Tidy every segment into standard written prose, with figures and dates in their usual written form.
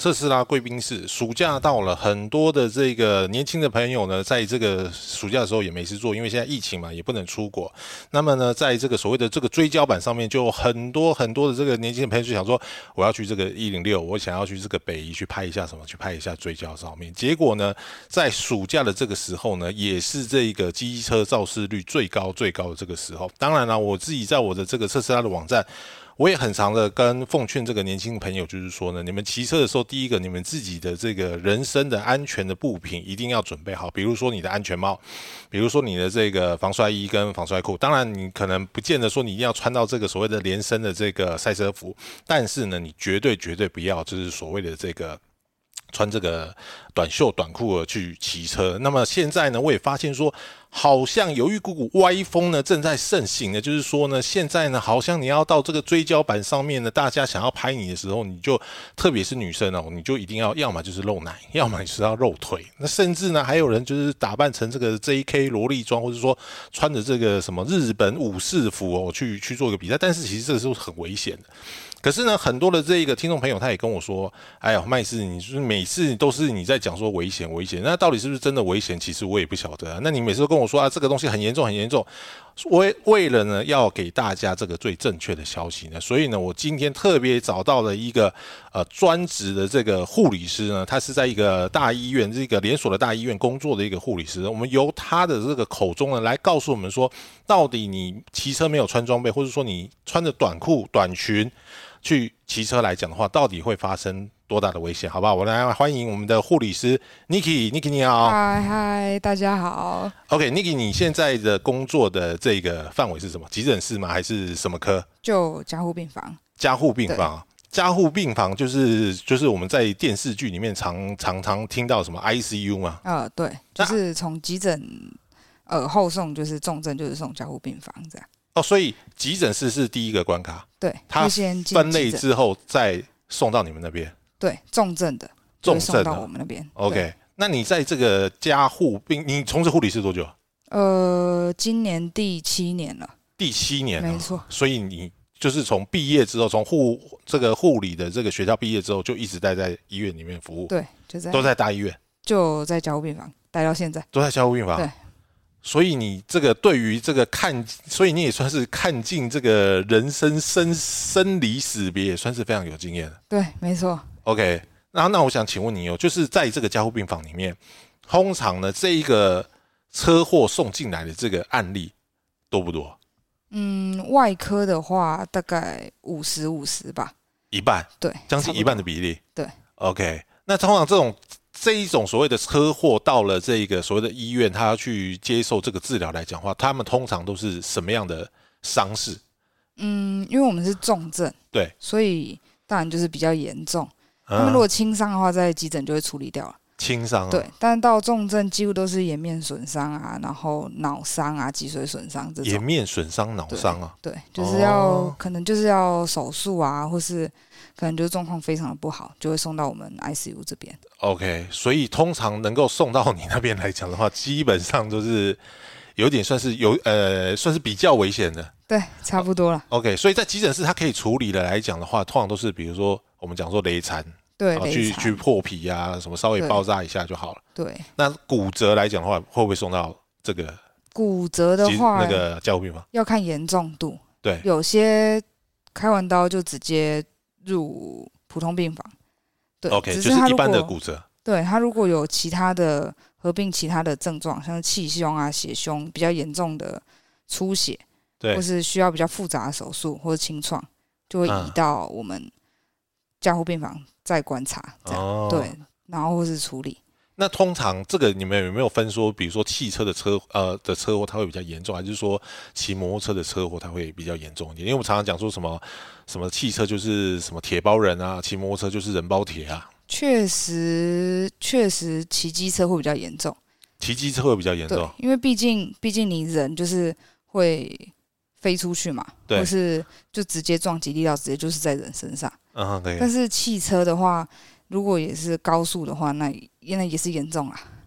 特斯拉贵宾室，暑假到了，很多的这个年轻的朋友呢，在这个暑假的时候也没事做，因为现在疫情嘛，也不能出国。那么呢，在这个所谓的这个追焦版上面，就有很多很多的这个年轻的朋友就想说，我要去这个106，我想要去这个北宜去拍一下什么，去拍一下追焦上面。结果呢，在暑假的这个时候呢，也是这个机车肇事率最高的这个时候。当然了，我自己在我的这个特斯拉的网站。我也很常的跟奉劝这个年轻朋友，就是说呢，你们骑车的时候，第一个，你们自己的这个人身的安全的物品一定要准备好，比如说你的安全帽，比如说你的这个防摔衣跟防摔裤。当然，你可能不见得说你一定要穿到这个所谓的连身的这个赛车服，但是呢，你绝对不要就是所谓的这个。穿这个短袖短裤去骑车，那么现在呢，我也发现说，好像有一股股歪风呢正在盛行的，就是说呢，现在呢，好像你要到这个追焦版上面呢，大家想要拍你的时候，你就特别是女生哦，你就一定要么就是露奶，要么就是要露腿，那甚至呢，还有人就是打扮成这个 JK 萝莉装，或者说穿着这个什么日本武士服哦，去做一个比赛，但是其实这个是很危险的。可是呢，很多的这个听众朋友他也跟我说，哎呀，麦斯，你就是每次都是你在讲说危险，那到底是不是真的危险？其实我也不晓得啊。那你每次都跟我说啊，这个东西很严重，为了呢要给大家这个最正确的消息呢，所以呢，我今天特别找到了一个专职的这个护理师呢，他是在一个大医院，这个连锁的大医院工作的一个护理师。我们由他的这个口中呢来告诉我们说，到底你骑车没有穿装备，或者说你穿着短裤短裙去骑车来讲的话，到底会发生多大的危险？好不好？我来欢迎我们的护理师 Niki 你好。 嗨，大家好。 OK，Niki， 你现在的工作的这个范围是什么？急诊室吗？还是什么科？ 就加护病房。 加护病房。加护病房就是我们在电视剧里面常听到什么 ICU 吗？ 对，就是从急诊后送，就是重症就是送加护病房这样。 所以急诊室是第一个关卡。 对， 它分类之后再送到你们那边。 对，重症的就会送到我们那边。 OK， 那你在这个加护病，你从事护理师多久？ 今年第7年了。 第7年了， 没错。 所以你就是从毕业之后，从这个护理的这个学校毕业之后，就一直待在医院里面服务。 对， 都在大医院， 就在加护病房待到现在。 都在加护病房。 对。 所以你这个对于这个所以你也算是看尽这个人生生离死别，也算是非常有经验的。 对，没错。 OK， 那我想请问你就是在这个加护病房里面，通常呢这一个车祸送进来的这个案例多不多？ 外科的话大概50-50吧， 一半。 对， 将近一半的比例。 对。 OK， 那通常这一种所谓的车祸到了这个所谓的医院，他要去接受这个治疗来讲的话，他们通常都是什么样的伤势？ 因为我们是重症， 对， 所以当然就是比较严重。他们如果轻伤的话，在急诊就会处理掉了。 轻伤。 对，但到重症几乎都是颜面损伤啊，然后脑伤啊、脊髓损伤这种。 颜面损伤、脑伤啊？ 对，就是可能就是要手术啊，或是可能就是状况非常的不好，就会送到我们 ICU 这边。 OK， 所以通常能够送到你那边来讲的话，基本上都是有点算是算是比较危险的。 对，差不多了。 OK， 所以在急诊室它可以处理的来讲的话，通常都是比如说我们讲说雷残。 对， 去破皮啊，什么稍微爆炸一下就好了。 对。 那骨折来讲的话，会不会送到这个？ 骨折的话， 那个加护病房要看严重度。 对， 有些开完刀就直接入普通病房。对 ，OK， 就是一般的骨折。 对，他如果有其他的合并其他的症状，像是气胸啊、血胸比较严重的出血， 对， 或是需要比较复杂的手术或者清创，就会移到我们加护病房再观察，这样。对，然后或是处理。 那通常这个你们有没有分说，比如说汽车的车祸它会比较严重，还是说骑摩托车的车祸它会比较严重一点？因为我们常常讲说什么汽车就是什么铁包人啊，骑摩托车就是人包铁啊。 确实骑机车会比较严重。 骑机车会比较严重， 对，因为毕竟你人就是会飞出去嘛，或是就直接撞击力道，直接就是在人身上。 对。 但是汽车的话，如果也是高速的话，那也是严重啦。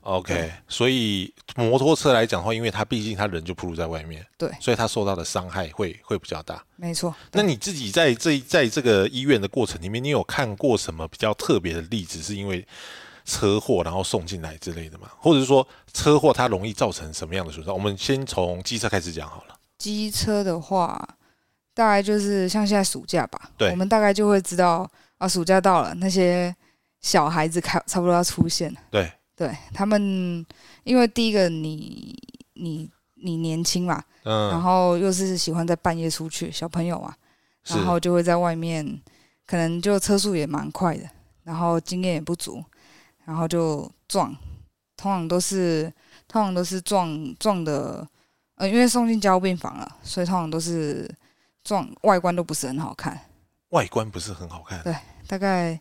OK， 所以摩托车来讲的话，因为它毕竟它人就暴露在外面， 对， 所以它受到的伤害会比较大。 没错。 那你自己在这个医院的过程里面，你有看过什么比较特别的例子，是因为车祸然后送进来之类的吗？或者是说车祸它容易造成什么样的损伤？我们先从机车开始讲好了。 机车的话，大概就是像现在暑假吧， 对， 我们大概就会知道啊，暑假到了，那些小孩子差不多要出现了。对，他们因为第一个你年轻嘛，然后又是喜欢在半夜出去，小朋友嘛，然后就会在外面，可能就车速也蛮快的，然后经验也不足，然后就撞，通常都是撞的，因为送进加护病房了，所以通常都是撞，外观都不是很好看。 外观不是很好看。 对，大概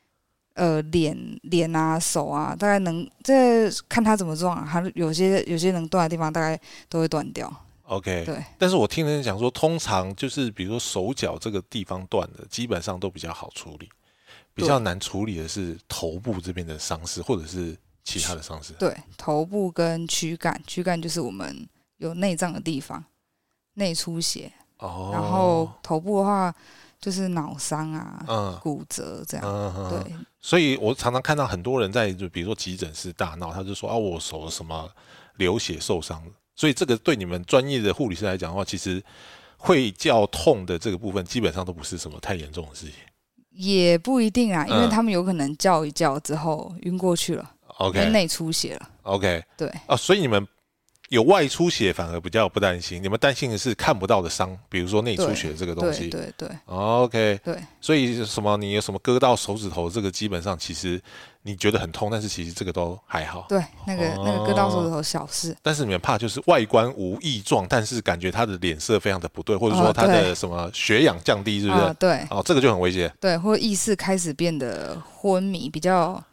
脸啊手啊，大概这看他怎么撞啊，他有些能断的地方大概都会断掉。 OK， 对。 但是我听人讲说，通常就是比如说手脚这个地方断的，基本上都比较好处理，比较难处理的是头部这边的伤势，或者是其他的伤势。 对，头部跟躯干就是我们有内脏的地方，内出血。然后头部的话就是脑伤啊，骨折这样。对， 所以我常常看到很多人在就比如说急诊室大闹，他就说我手什么流血受伤了。所以这个对你们专业的护理师来讲的话，其实会叫痛的这个部分，基本上都不是什么太严重的事情。 也不一定啊，因为他们有可能叫一叫之后晕过去了，OK， 内出血了。 OK， 对所以你们有外出血反而比较不担心，你们担心的是看不到的伤，比如说内出血这个东西。 对。 OK， 对。 所以什么你有什么割到手指头，这个基本上其实你觉得很痛，但是其实这个都还好。 对，那个割到手指头小事。 但是你们怕就是外观无异状，但是感觉他的脸色非常的不对，或者说他的什么血氧降低，是不是？ 对。 这个就很危险。 对，或意识开始变得昏迷，比较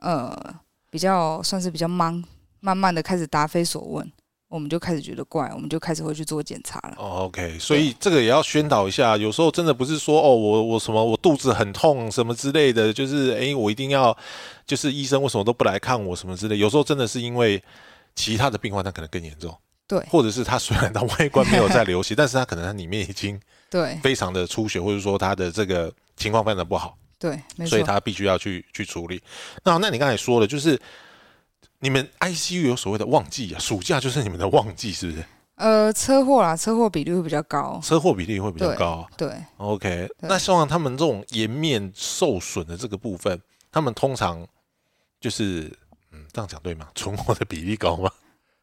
算是比较慢慢的开始答非所问。我们就开始觉得怪，我们就开始会去做检查了。 OK， 所以这个也要宣导一下，有时候真的不是说我什么我肚子很痛什么之类的，就是我一定要就是医生为什么都不来看我什么之类，有时候真的是因为其他的病患他可能更严重， 对， 或者是他虽然他外观没有在流血，但是他可能他里面已经对非常的出血，或者说他的这个情况非常的不好， 对，没错， 所以他必须要去处理。那你刚才说的就是。你们 ICU 有所谓的旺季啊，暑假就是你们的旺季，是不是？ 车祸比率会比较高， 车祸比例会比较高。 对 ，OK。那像他们这种颜面受损的这个部分，他们通常就是这样讲对吗？存活的比例高吗？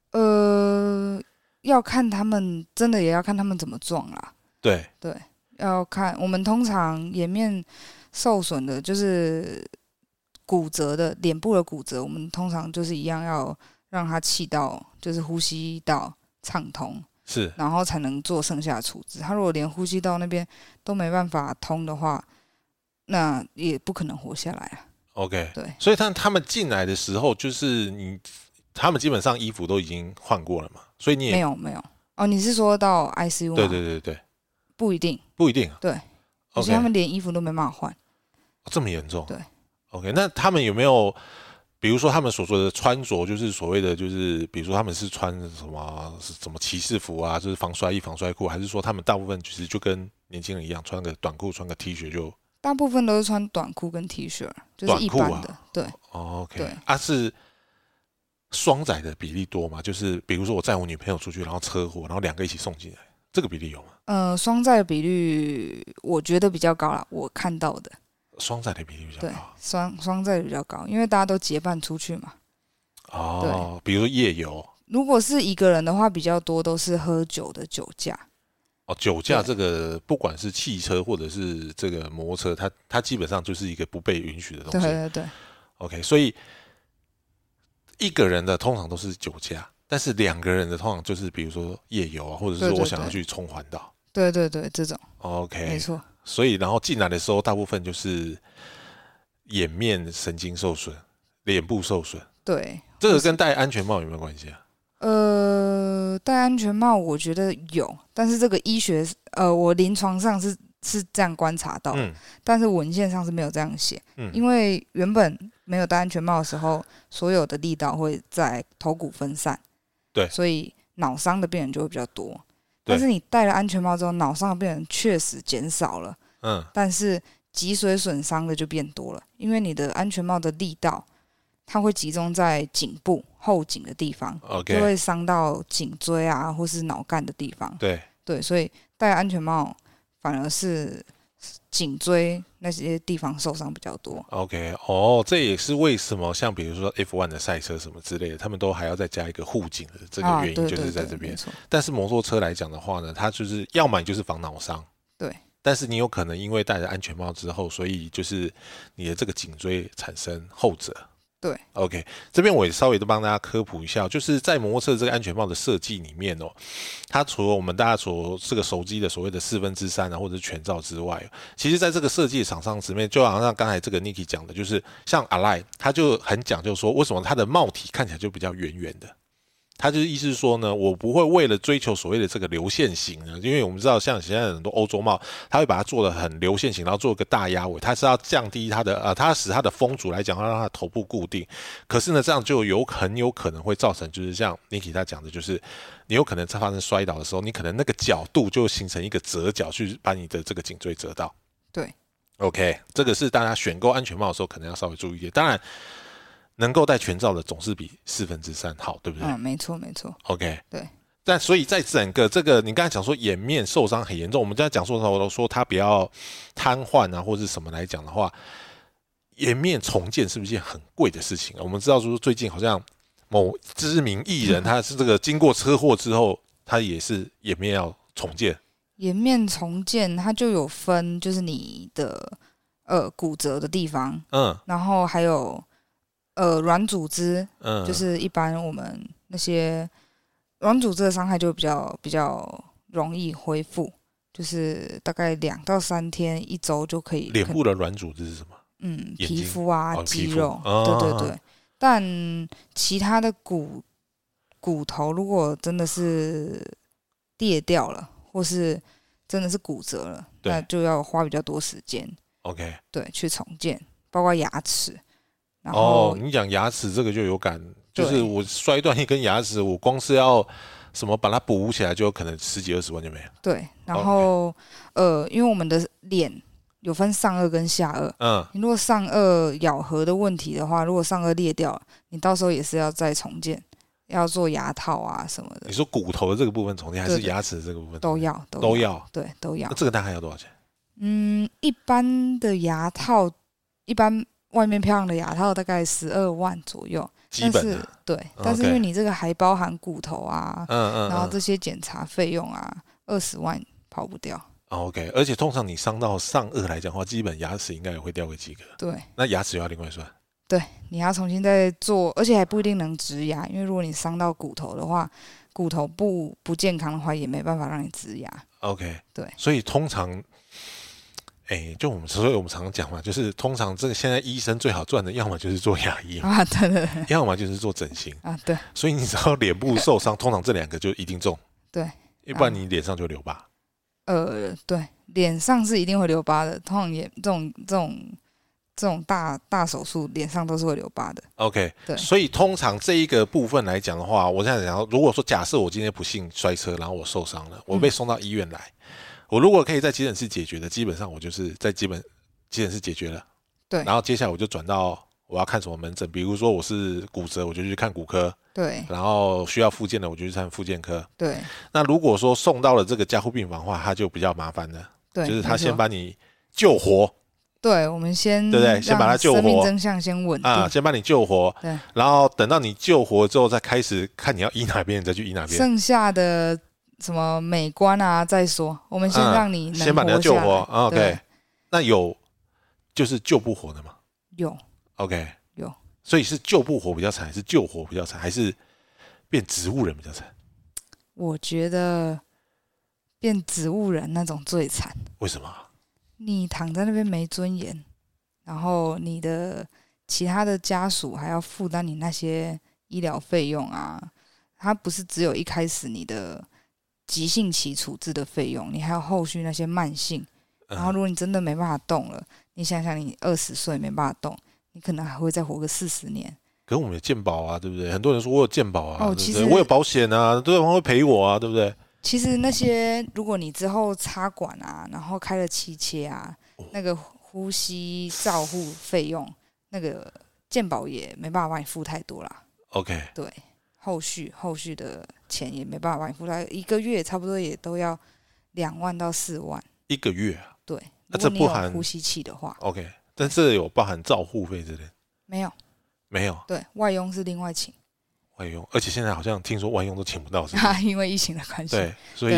要看他们，真的也要看他们怎么撞啦。 对， 要看我们通常颜面受损的，就是骨折的脸部的骨折，我们通常就是一样要让他气道就是呼吸道畅通， 是， 然后才能做剩下的处置。他如果连呼吸道那边都没办法通的话，那也不可能活下来啊。 OK， 对， 所以他们进来的时候，就是他们基本上衣服都已经换过了嘛，所以你也没有哦，你是说到 ICU 吗？ 对， 不一定， 对， 而且他们连衣服都没办法换， 这么严重？ 对 ，OK， 那他们有没有，比如说他们所说的穿着，就是所谓的，就是比如说他们是穿什么骑士服啊，就是防摔衣、防摔裤，还是说他们大部分其实就跟年轻人一样，穿个短裤、穿个 T 恤就？ 大部分都是穿短裤跟 T 恤，就是一般的，对。 OK， 对是双载的比例多吗？就是比如说我载我女朋友出去，然后车祸，然后两个一起送进来，这个比例有吗？ 双载的比率我觉得比较高啦，我看到的。 双载的比例比较高。 对，双载比较高，因为大家都结伴出去嘛。 对，比如说夜游。 如果是一个人的话，比较多都是喝酒的酒驾。 酒驾这个不管是汽车或者是这个摩托车，它基本上就是一个不被允许的东西。 对。 OK， 所以一个人的通常都是酒驾，但是两个人的通常就是比如说夜游啊，或者是我想要去冲环岛。 对，这种。 OK， 没错。 所以然后进来的时候，大部分就是颜面神经受损，脸部受损。 对， 这个跟戴安全帽有没有关系啊？ 戴安全帽我觉得有，但是这个医学我临床上是这样观察到，但是文献上是没有这样写，因为原本没有戴安全帽的时候，所有的力道会在头骨分散， 对， 所以脑伤的病人就会比较多。但是你戴了安全帽之后，脑伤的病人确实减少了，但是脊髓损伤的就变多了，因为你的安全帽的力道，它会集中在颈部后颈的地方，就会伤到颈椎啊，或是脑干的地方。对，所以戴安全帽反而是颈椎那些地方受伤比较多。 OK， 这也是为什么像比如说 F1 的赛车什么之类的，他们都还要再加一个护颈的这个原因，就是在这边。但是摩托车来讲的话呢，它就是要么就是防脑伤， 对。 但是你有可能因为戴了安全帽之后，所以就是你的这个颈椎产生后折。 对 ，OK， 这边我也稍微的帮大家科普一下，就是在摩托车这个安全帽的设计里面它除了我们大家所这个手机的所谓的3/4啊，或者是全罩之外，其实在这个设计的厂商里面，就好像刚才这个 Niki 讲的，就是像 Align， 它就很讲究说，为什么它的帽体看起来就比较圆圆的。他就是意思是说呢，我不会为了追求所谓的这个流线型呢，因为我们知道像现在很多欧洲帽，它会把它做得很流线型，然后做一个大鸭尾，它是要降低它的它使它的风阻来讲，让它的头部固定。可是呢，这样就很有可能会造成，就是像 Niki 他讲的，就是你有可能在发生摔倒的时候，你可能那个角度就形成一个折角，去把你的这个颈椎折到。 对 ，OK， 这个是大家选购安全帽的时候可能要稍微注意一点。当然。能够戴全罩的总是比3/4好，对不对？ 没错没错。 OK， 对。 但所以在整个这个，你刚才讲说颜面受伤很严重，我们刚才讲说我都说他不要瘫痪啊，或者什么来讲的话，颜面重建是不是一件很贵的事情啊？我们知道说最近好像某知名艺人，他是这个经过车祸之后，他也是颜面要重建。 颜面重建它就有分，就是你的骨折的地方，然后还有。软组织，就是一般我们那些软组织的伤害就比较容易恢复，就是大概2到3天、1周就可以。 脸部的软组织是什么？ 皮肤啊，肌肉，对。但其他的骨头如果真的是裂掉了，或是真的是骨折了，那就要花比较多时间。 OK， 对，去重建，包括牙齿。 你讲牙齿这个就有感，就是我摔断一根牙齿，我光是要什么把它补起来，就有可能10几20万就没了。 对，然后因为我们的脸有分上颚跟下颚，你如果上颚咬合的问题的话，如果上颚裂掉了，你到时候也是要再重建，要做牙套啊什么的。 你说骨头的这个部分重建，还是牙齿的这个部分？ 都要，对，都要。 那这个大概要多少钱？ 一般的牙套，一般。外面漂亮的牙套大概12万左右， 基本的对，但是因为你这个还包含骨头啊，然后这些检查费用啊，20万跑不掉。 OK， 而且通常你伤到上颚来讲的话，基本牙齿应该也会掉个几个。 对， 那牙齿要另外算。 对，你要重新再做，而且还不一定能植牙，因为如果你伤到骨头的话，骨头不健康的话，也没办法让你植牙。 OK， 对， 所以通常。就所以我们常常讲嘛，就是通常这个现在医生最好赚的，要么就是做牙医啊，对， 要么就是做整形啊，对。 所以你只要脸部受伤，通常这2个就一定中， 对， 要不然你脸上就留疤。 对，脸上是一定会留疤的，通常也这种大手术，脸上都是会留疤的。 OK， 对， 所以通常这一个部分来讲的话，我现在讲，如果说假设我今天不幸摔车，然后我受伤了，我被送到医院来。我如果可以在急诊室解决的，基本上我就是在急诊室解决了。 对， 然后接下来我就转到我要看什么门诊，比如说我是骨折，我就去看骨科。 对， 然后需要复健的，我就去看复健科。 对， 那如果说送到了这个加护病房的话，它就比较麻烦了。 对， 就是他先把你救活。 对，我们先对不对？先把它救活， 生命真相先稳定啊， 先把你救活。 对， 然后等到你救活之后，再开始看你要医哪边，你再去医哪边。 剩下的。什么美观啊？再说，我们先让你能先把你救活。OK， 那有就是救不活的吗？ 有。 OK， 有。 所以是救不活比较惨，还是救活比较惨，还是变植物人比较惨？ 我觉得变植物人那种最惨。 为什么？ 你躺在那边没尊严，然后你的其他的家属还要负担你那些医疗费用啊。它不是只有一开始你的急性期处置的费用，你还有后续那些慢性。然后如果你真的没办法动了，你想想你20岁没办法动， 你可能还会再活个40年。 可是我们有健保啊，对不对？很多人说我有健保啊，对不对？ 其实我有保险啊，对方会赔我啊，对不对？ 其实那些如果你之后插管啊，然后开了气切啊，那个呼吸照护费用，那个健保也没办法帮你付太多啦。 OK， 对，后续的钱也没办法帮你付太多，一个月差不多也都要2万到4万。 一个月啊？ 对， 那如果你有呼吸器的话。 OK， 但这有包含照护费之类？ 没有， 没有。 对，外佣是另外请。 外佣，而且现在好像听说外佣都请不到，是吧？ 因为疫情的关系。 对，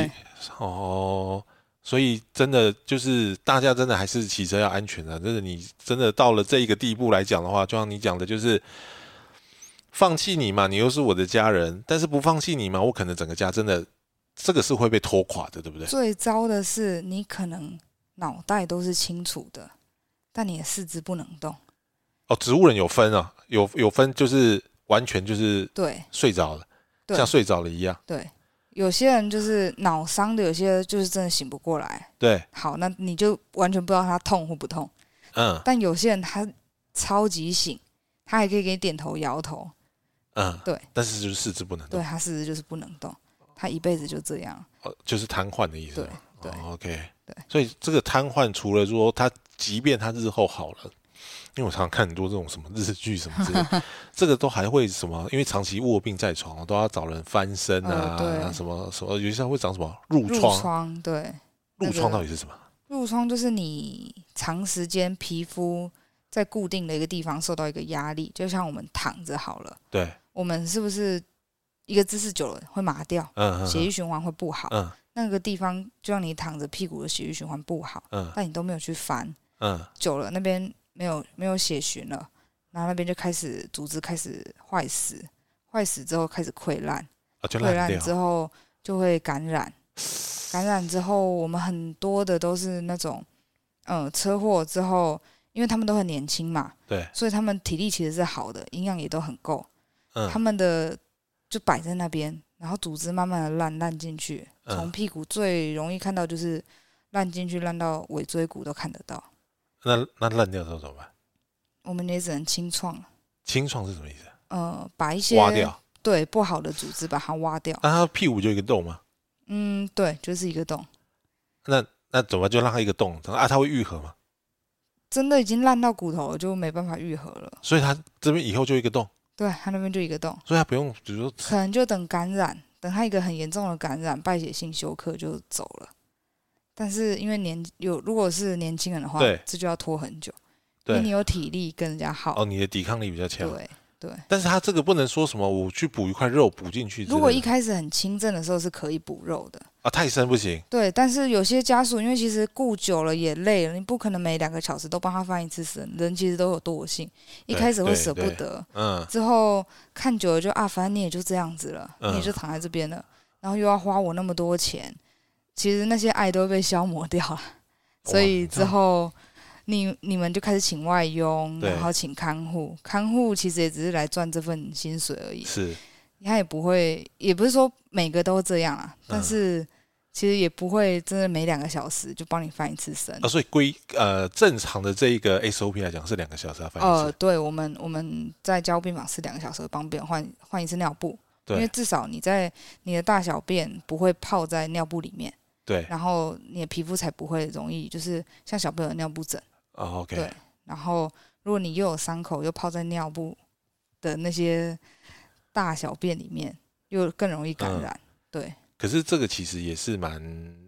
所以真的就是大家真的还是骑车要安全的。真的，你真的到了这一个地步来讲的话，就像你讲的，就是放弃你嘛，你又是我的家人，但是不放弃你嘛，我可能整个家真的这个是会被拖垮的，对不对？ 最糟的是，你可能脑袋都是清楚的，但你的四肢不能动。 植物人有分啊，有分就是完全就是对睡着了，像睡着了一样。 对，有些人就是脑伤的，有些就是真的醒不过来。 对， 好，那你就完全不知道他痛或不痛。但有些人他超级醒，他还可以给你点头摇头。对， 但是就是四肢不能动。 对，他四肢就是不能动，他一辈子就这样。 就是瘫痪的意思。 对 ，OK。 对， 所以这个瘫痪除了说他，即便他日后好了。因为我常常看很多这种什么日剧什么之类的，这个都还会什么？因为长期卧病在床，都要找人翻身啊，什么什么，有些会长什么褥疮。 对， 褥疮到底是什么？ 褥疮就是你长时间皮肤在固定的一个地方受到一个压力，就像我们躺着好了， 对， 我们是不是一个姿势久了会麻掉？血液循环会不好。那个地方就像你躺着，屁股的血液循环不好，但你都没有去翻，久了那边。没有血循了，然后那边就开始组织开始坏死，坏死之后开始溃烂，溃烂之后就会感染，感染之后我们很多的都是那种车祸之后，因为他们都很年轻嘛， 对， 所以他们体力其实是好的，营养也都很够，他们的就摆在那边，然后组织慢慢的烂进去，从屁股最容易看到就是烂进去，烂到尾椎骨都看得到。 那烂掉之后怎么办？ 我们也只能清创。 清创是什么意思？ 把一些挖掉， 对不好的组织把它挖掉。 那他屁股就一个洞吗？ 对，就是一个洞。 那怎么就让他一个洞？他会愈合吗？ 真的已经烂到骨头了，就没办法愈合了。 所以他这边以后就一个洞。 对，他那边就一个洞。 所以他不用，比如说， 可能就等感染，等他一个很严重的感染，败血性休克就走了。但是因为如果是年轻人的话，这就要拖很久，因为你有体力跟人家耗。 你的抵抗力比较强。 对。 但是他这个不能说什么我去补一块肉补进去。 如果一开始很轻症的时候是可以补肉的。 太深不行。 对，但是有些家属因为其实顾久了也累了，你不可能每2个小时都帮他翻一次身，人其实都有惰性，一开始会舍不得，之后看久了就反正你也就这样子了，你也就躺在这边了，然后又要花我那么多钱。其实那些爱都会被消磨掉了，所以之后你们就开始请外佣，然后请看护。看护其实也只是来赚这份薪水而已， 是， 他也不是说每个都这样啊，但是其实也不会真的每2个小时就帮你翻一次身。 所以正常的这一个 SOP 来讲是2个小时要翻一次。 对，我们在交病房是2个小时帮病人换一次尿布，因为至少你的大小便不会泡在尿布里面。 对， 然后你的皮肤才不会容易就是像小朋友的尿布疹。 OK。 对，然后如果你又有伤口又泡在尿布的那些大小便里面，又更容易感染。对。 可是这个其实也是蛮，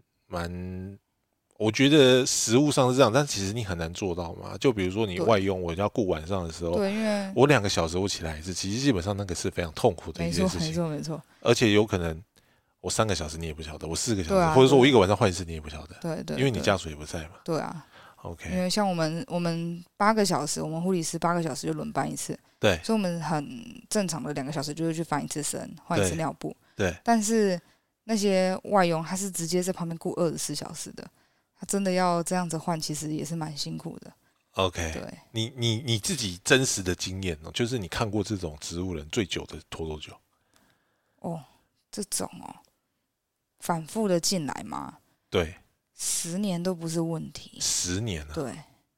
我觉得实务上是这样，但其实你很难做到嘛。就比如说你外佣，我要顾晚上的时候， 对，因为我2个小时我起来一次，其实基本上那个是非常痛苦的一件事情。 没错。 而且有可能。我3个小时你也不晓得，我4个小时，或者说我1个晚上换一次你也不晓得， 对， 因为你家属也不在嘛。 对啊 ，OK。 因为像我们8个小时，我们护理师8个小时就轮班一次， 对， 所以我们很正常的2个小时就会去翻一次身，换一次尿布， 对。 但是那些外佣他是直接在旁边顾24小时的，他真的要这样子换，其实也是蛮辛苦的。 OK， 对， 你自己真实的经验就是你看过这种植物人最久的拖多久？ 这种反复的进来吗？ 对， 10年都不是问题。 10年啊？ 对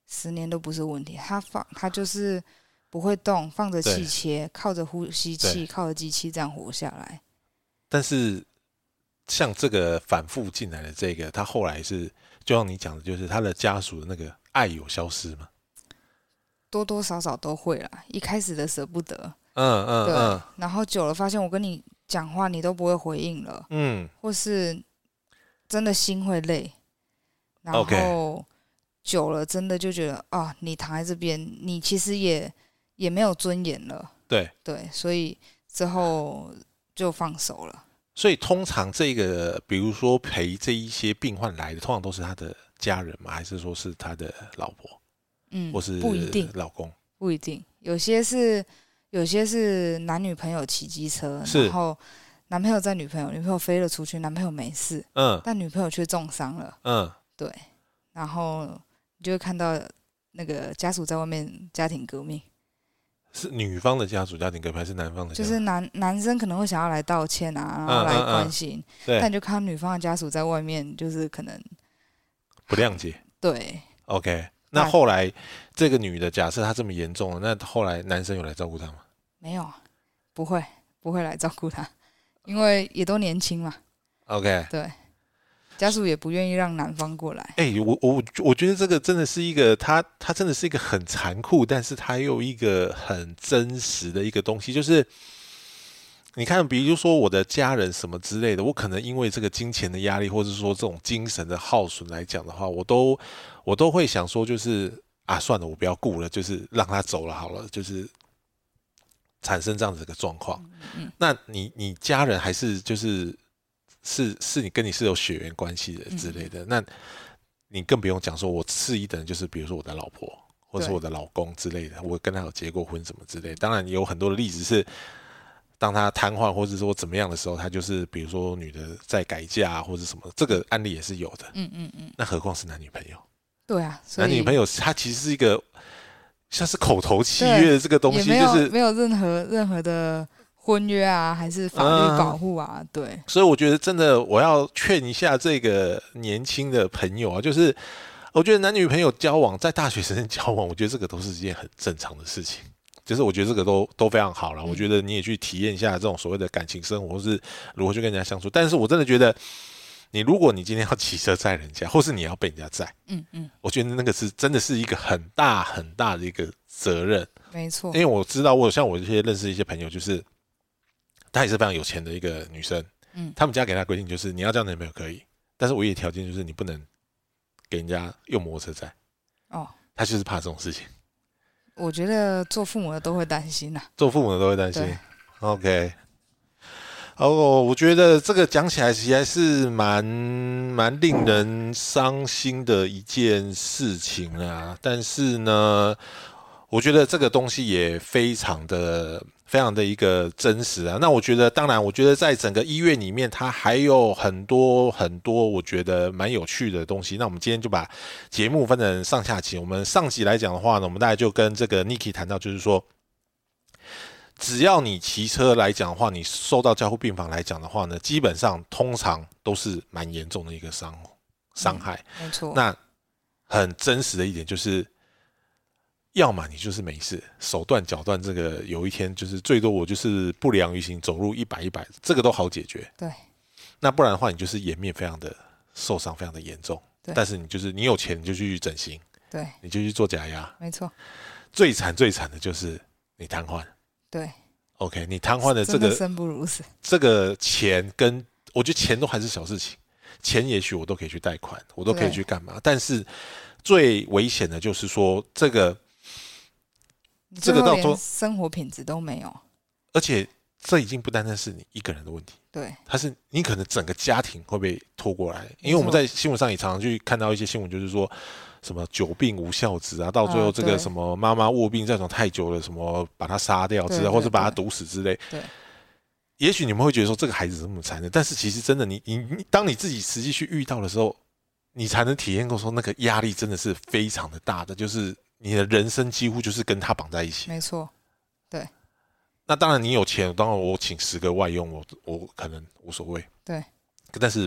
10年都不是问题。他就是不会动，放着气切，靠着呼吸器，靠着机器这样活下来。 但是像这个反复进来的这个，他后来是就像你讲的，就是他的家属的那个爱有消失吗？ 多多少少都会啦，一开始的舍不得， 对， 然后久了发现我跟你讲话你都不会回应了，或是真的心会累，然后久了真的就觉得啊，你躺在这边，你其实也没有尊严了，对，所以之后就放手了。 所以通常这个，比如说陪这一些病患来的，通常都是他的家人吗？还是说是他的老婆？或是不一定， 老公不一定，有些是男女朋友骑机车，然后男朋友载女朋友，女朋友飞了出去，男朋友没事，但女朋友却重伤了，对，然后你就会看到那个家属在外面家庭革命。 是女方的家属家庭革命，还是男方的家属？ 就是男生可能会想要来道歉啊，然后来关心，但你就看到女方的家属在外面，就是可能不谅解。 对 ，OK。那后来这个女的，假设她这么严重了，那后来男生有来照顾她吗？ 没有，不会来照顾她，因为也都年轻嘛。 OK， 对，家属也不愿意让男方过来。 我觉得这个真的是一个，他真的是一个很残酷，但是他又一个很真实的一个东西，就是你看，比如说我的家人什么之类的，我可能因为这个金钱的压力，或者说这种精神的耗损来讲的话，我都会想说，就是算了，我不要顾了，就是让他走了好了，就是产生这样子的状况。那你家人还是就是你跟你是有血缘关系的之类的，那你更不用讲说我次一等，就是比如说我的老婆或者是我的老公之类的，我跟他有结过婚什么之类的。当然有很多的例子是，当他瘫痪或者说怎么样的时候，他就是比如说女的在改嫁或者什么，这个案例也是有的。那何况是男女朋友？ 对啊， 男女朋友他其实是一个像是口头契约的这个东西，就是没有任何的婚约啊，还是法律保护啊，对。 所以我觉得真的，我要劝一下这个年轻的朋友啊，就是我觉得男女朋友交往，在大学生交往，我觉得这个都是一件很正常的事情。就是我觉得这个都非常好了，我觉得你也去体验一下这种所谓的感情生活，或是如何去跟人家相处。但是我真的觉得，如果你今天要骑车载人家，或是你要被人家载，我觉得那个是真的是一个很大很大的一个责任。 没错， 因为我知道，像我这些认识一些朋友，就是她也是非常有钱的一个女生，他们家给她规定就是你要交男朋友可以，但是唯一的条件就是你不能给人家用摩托车载。她就是怕这种事情。 我觉得做父母的都会担心啊， 做父母的都会担心。OK， 我觉得这个讲起来实在是蛮令人伤心的一件事情啦。但是呢，我觉得这个东西也非常的一个真实啊。那我觉得，当然，我觉得在整个医院里面，它还有很多很多我觉得蛮有趣的东西。那我们今天就把节目分成上下集。我们上集来讲的话呢，我们大概就跟这个 Niki 谈到，就是说，只要你骑车来讲的话，你受到加护病房来讲的话呢，基本上通常都是蛮严重的一个伤害。 没错。 那很真实的一点就是，要么你就是没事，手断脚断，这个有一天就是最多我就是不良于行，走路100，这个都好解决。 对。 那不然的话，你就是颜面非常的受伤，非常的严重。但是你有钱，你就去整形， 对， 你就去做假牙。 没错。 最惨的就是你瘫痪。 对。 OK， 你瘫痪的这个真的生不如死。 这个钱跟我觉得钱都还是小事情，钱也许我都可以去贷款，我都可以去干嘛，但是最危险的就是说这个到时候生活品质都没有， 而且这已经不单单是你一个人的问题， 对， 它是你可能整个家庭会被拖过来。因为我们在新闻上也常常去看到一些新闻，就是说什么久病无孝子啊，到最后这个什么妈妈卧病这种太久了，什么把他杀掉之类，或者把他毒死之类。 对， 也许你们会觉得说这个孩子这么残忍，但是其实真的你当你自己实际去遇到的时候，你才能体验过说那个压力真的是非常的大的，就是你的人生几乎就是跟他绑在一起。 没错，对。 那当然你有钱，当然我请10个外佣，我可能无所谓。 对。 但是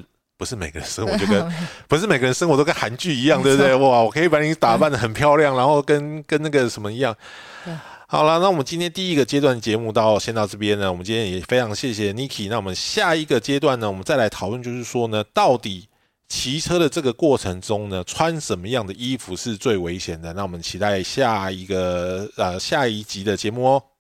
不是每个人生活就跟不是每个人生活都跟韩剧一样，对不对？哇，我可以把你打扮得很漂亮，然后跟那个什么一样。好了，那我们今天第一个阶段节目先到这边呢。我们今天也非常谢谢 Niki。那我们下一个阶段呢，我们再来讨论，就是说呢，到底骑车的这个过程中呢，穿什么样的衣服是最危险的？那我们期待下一集的节目哦。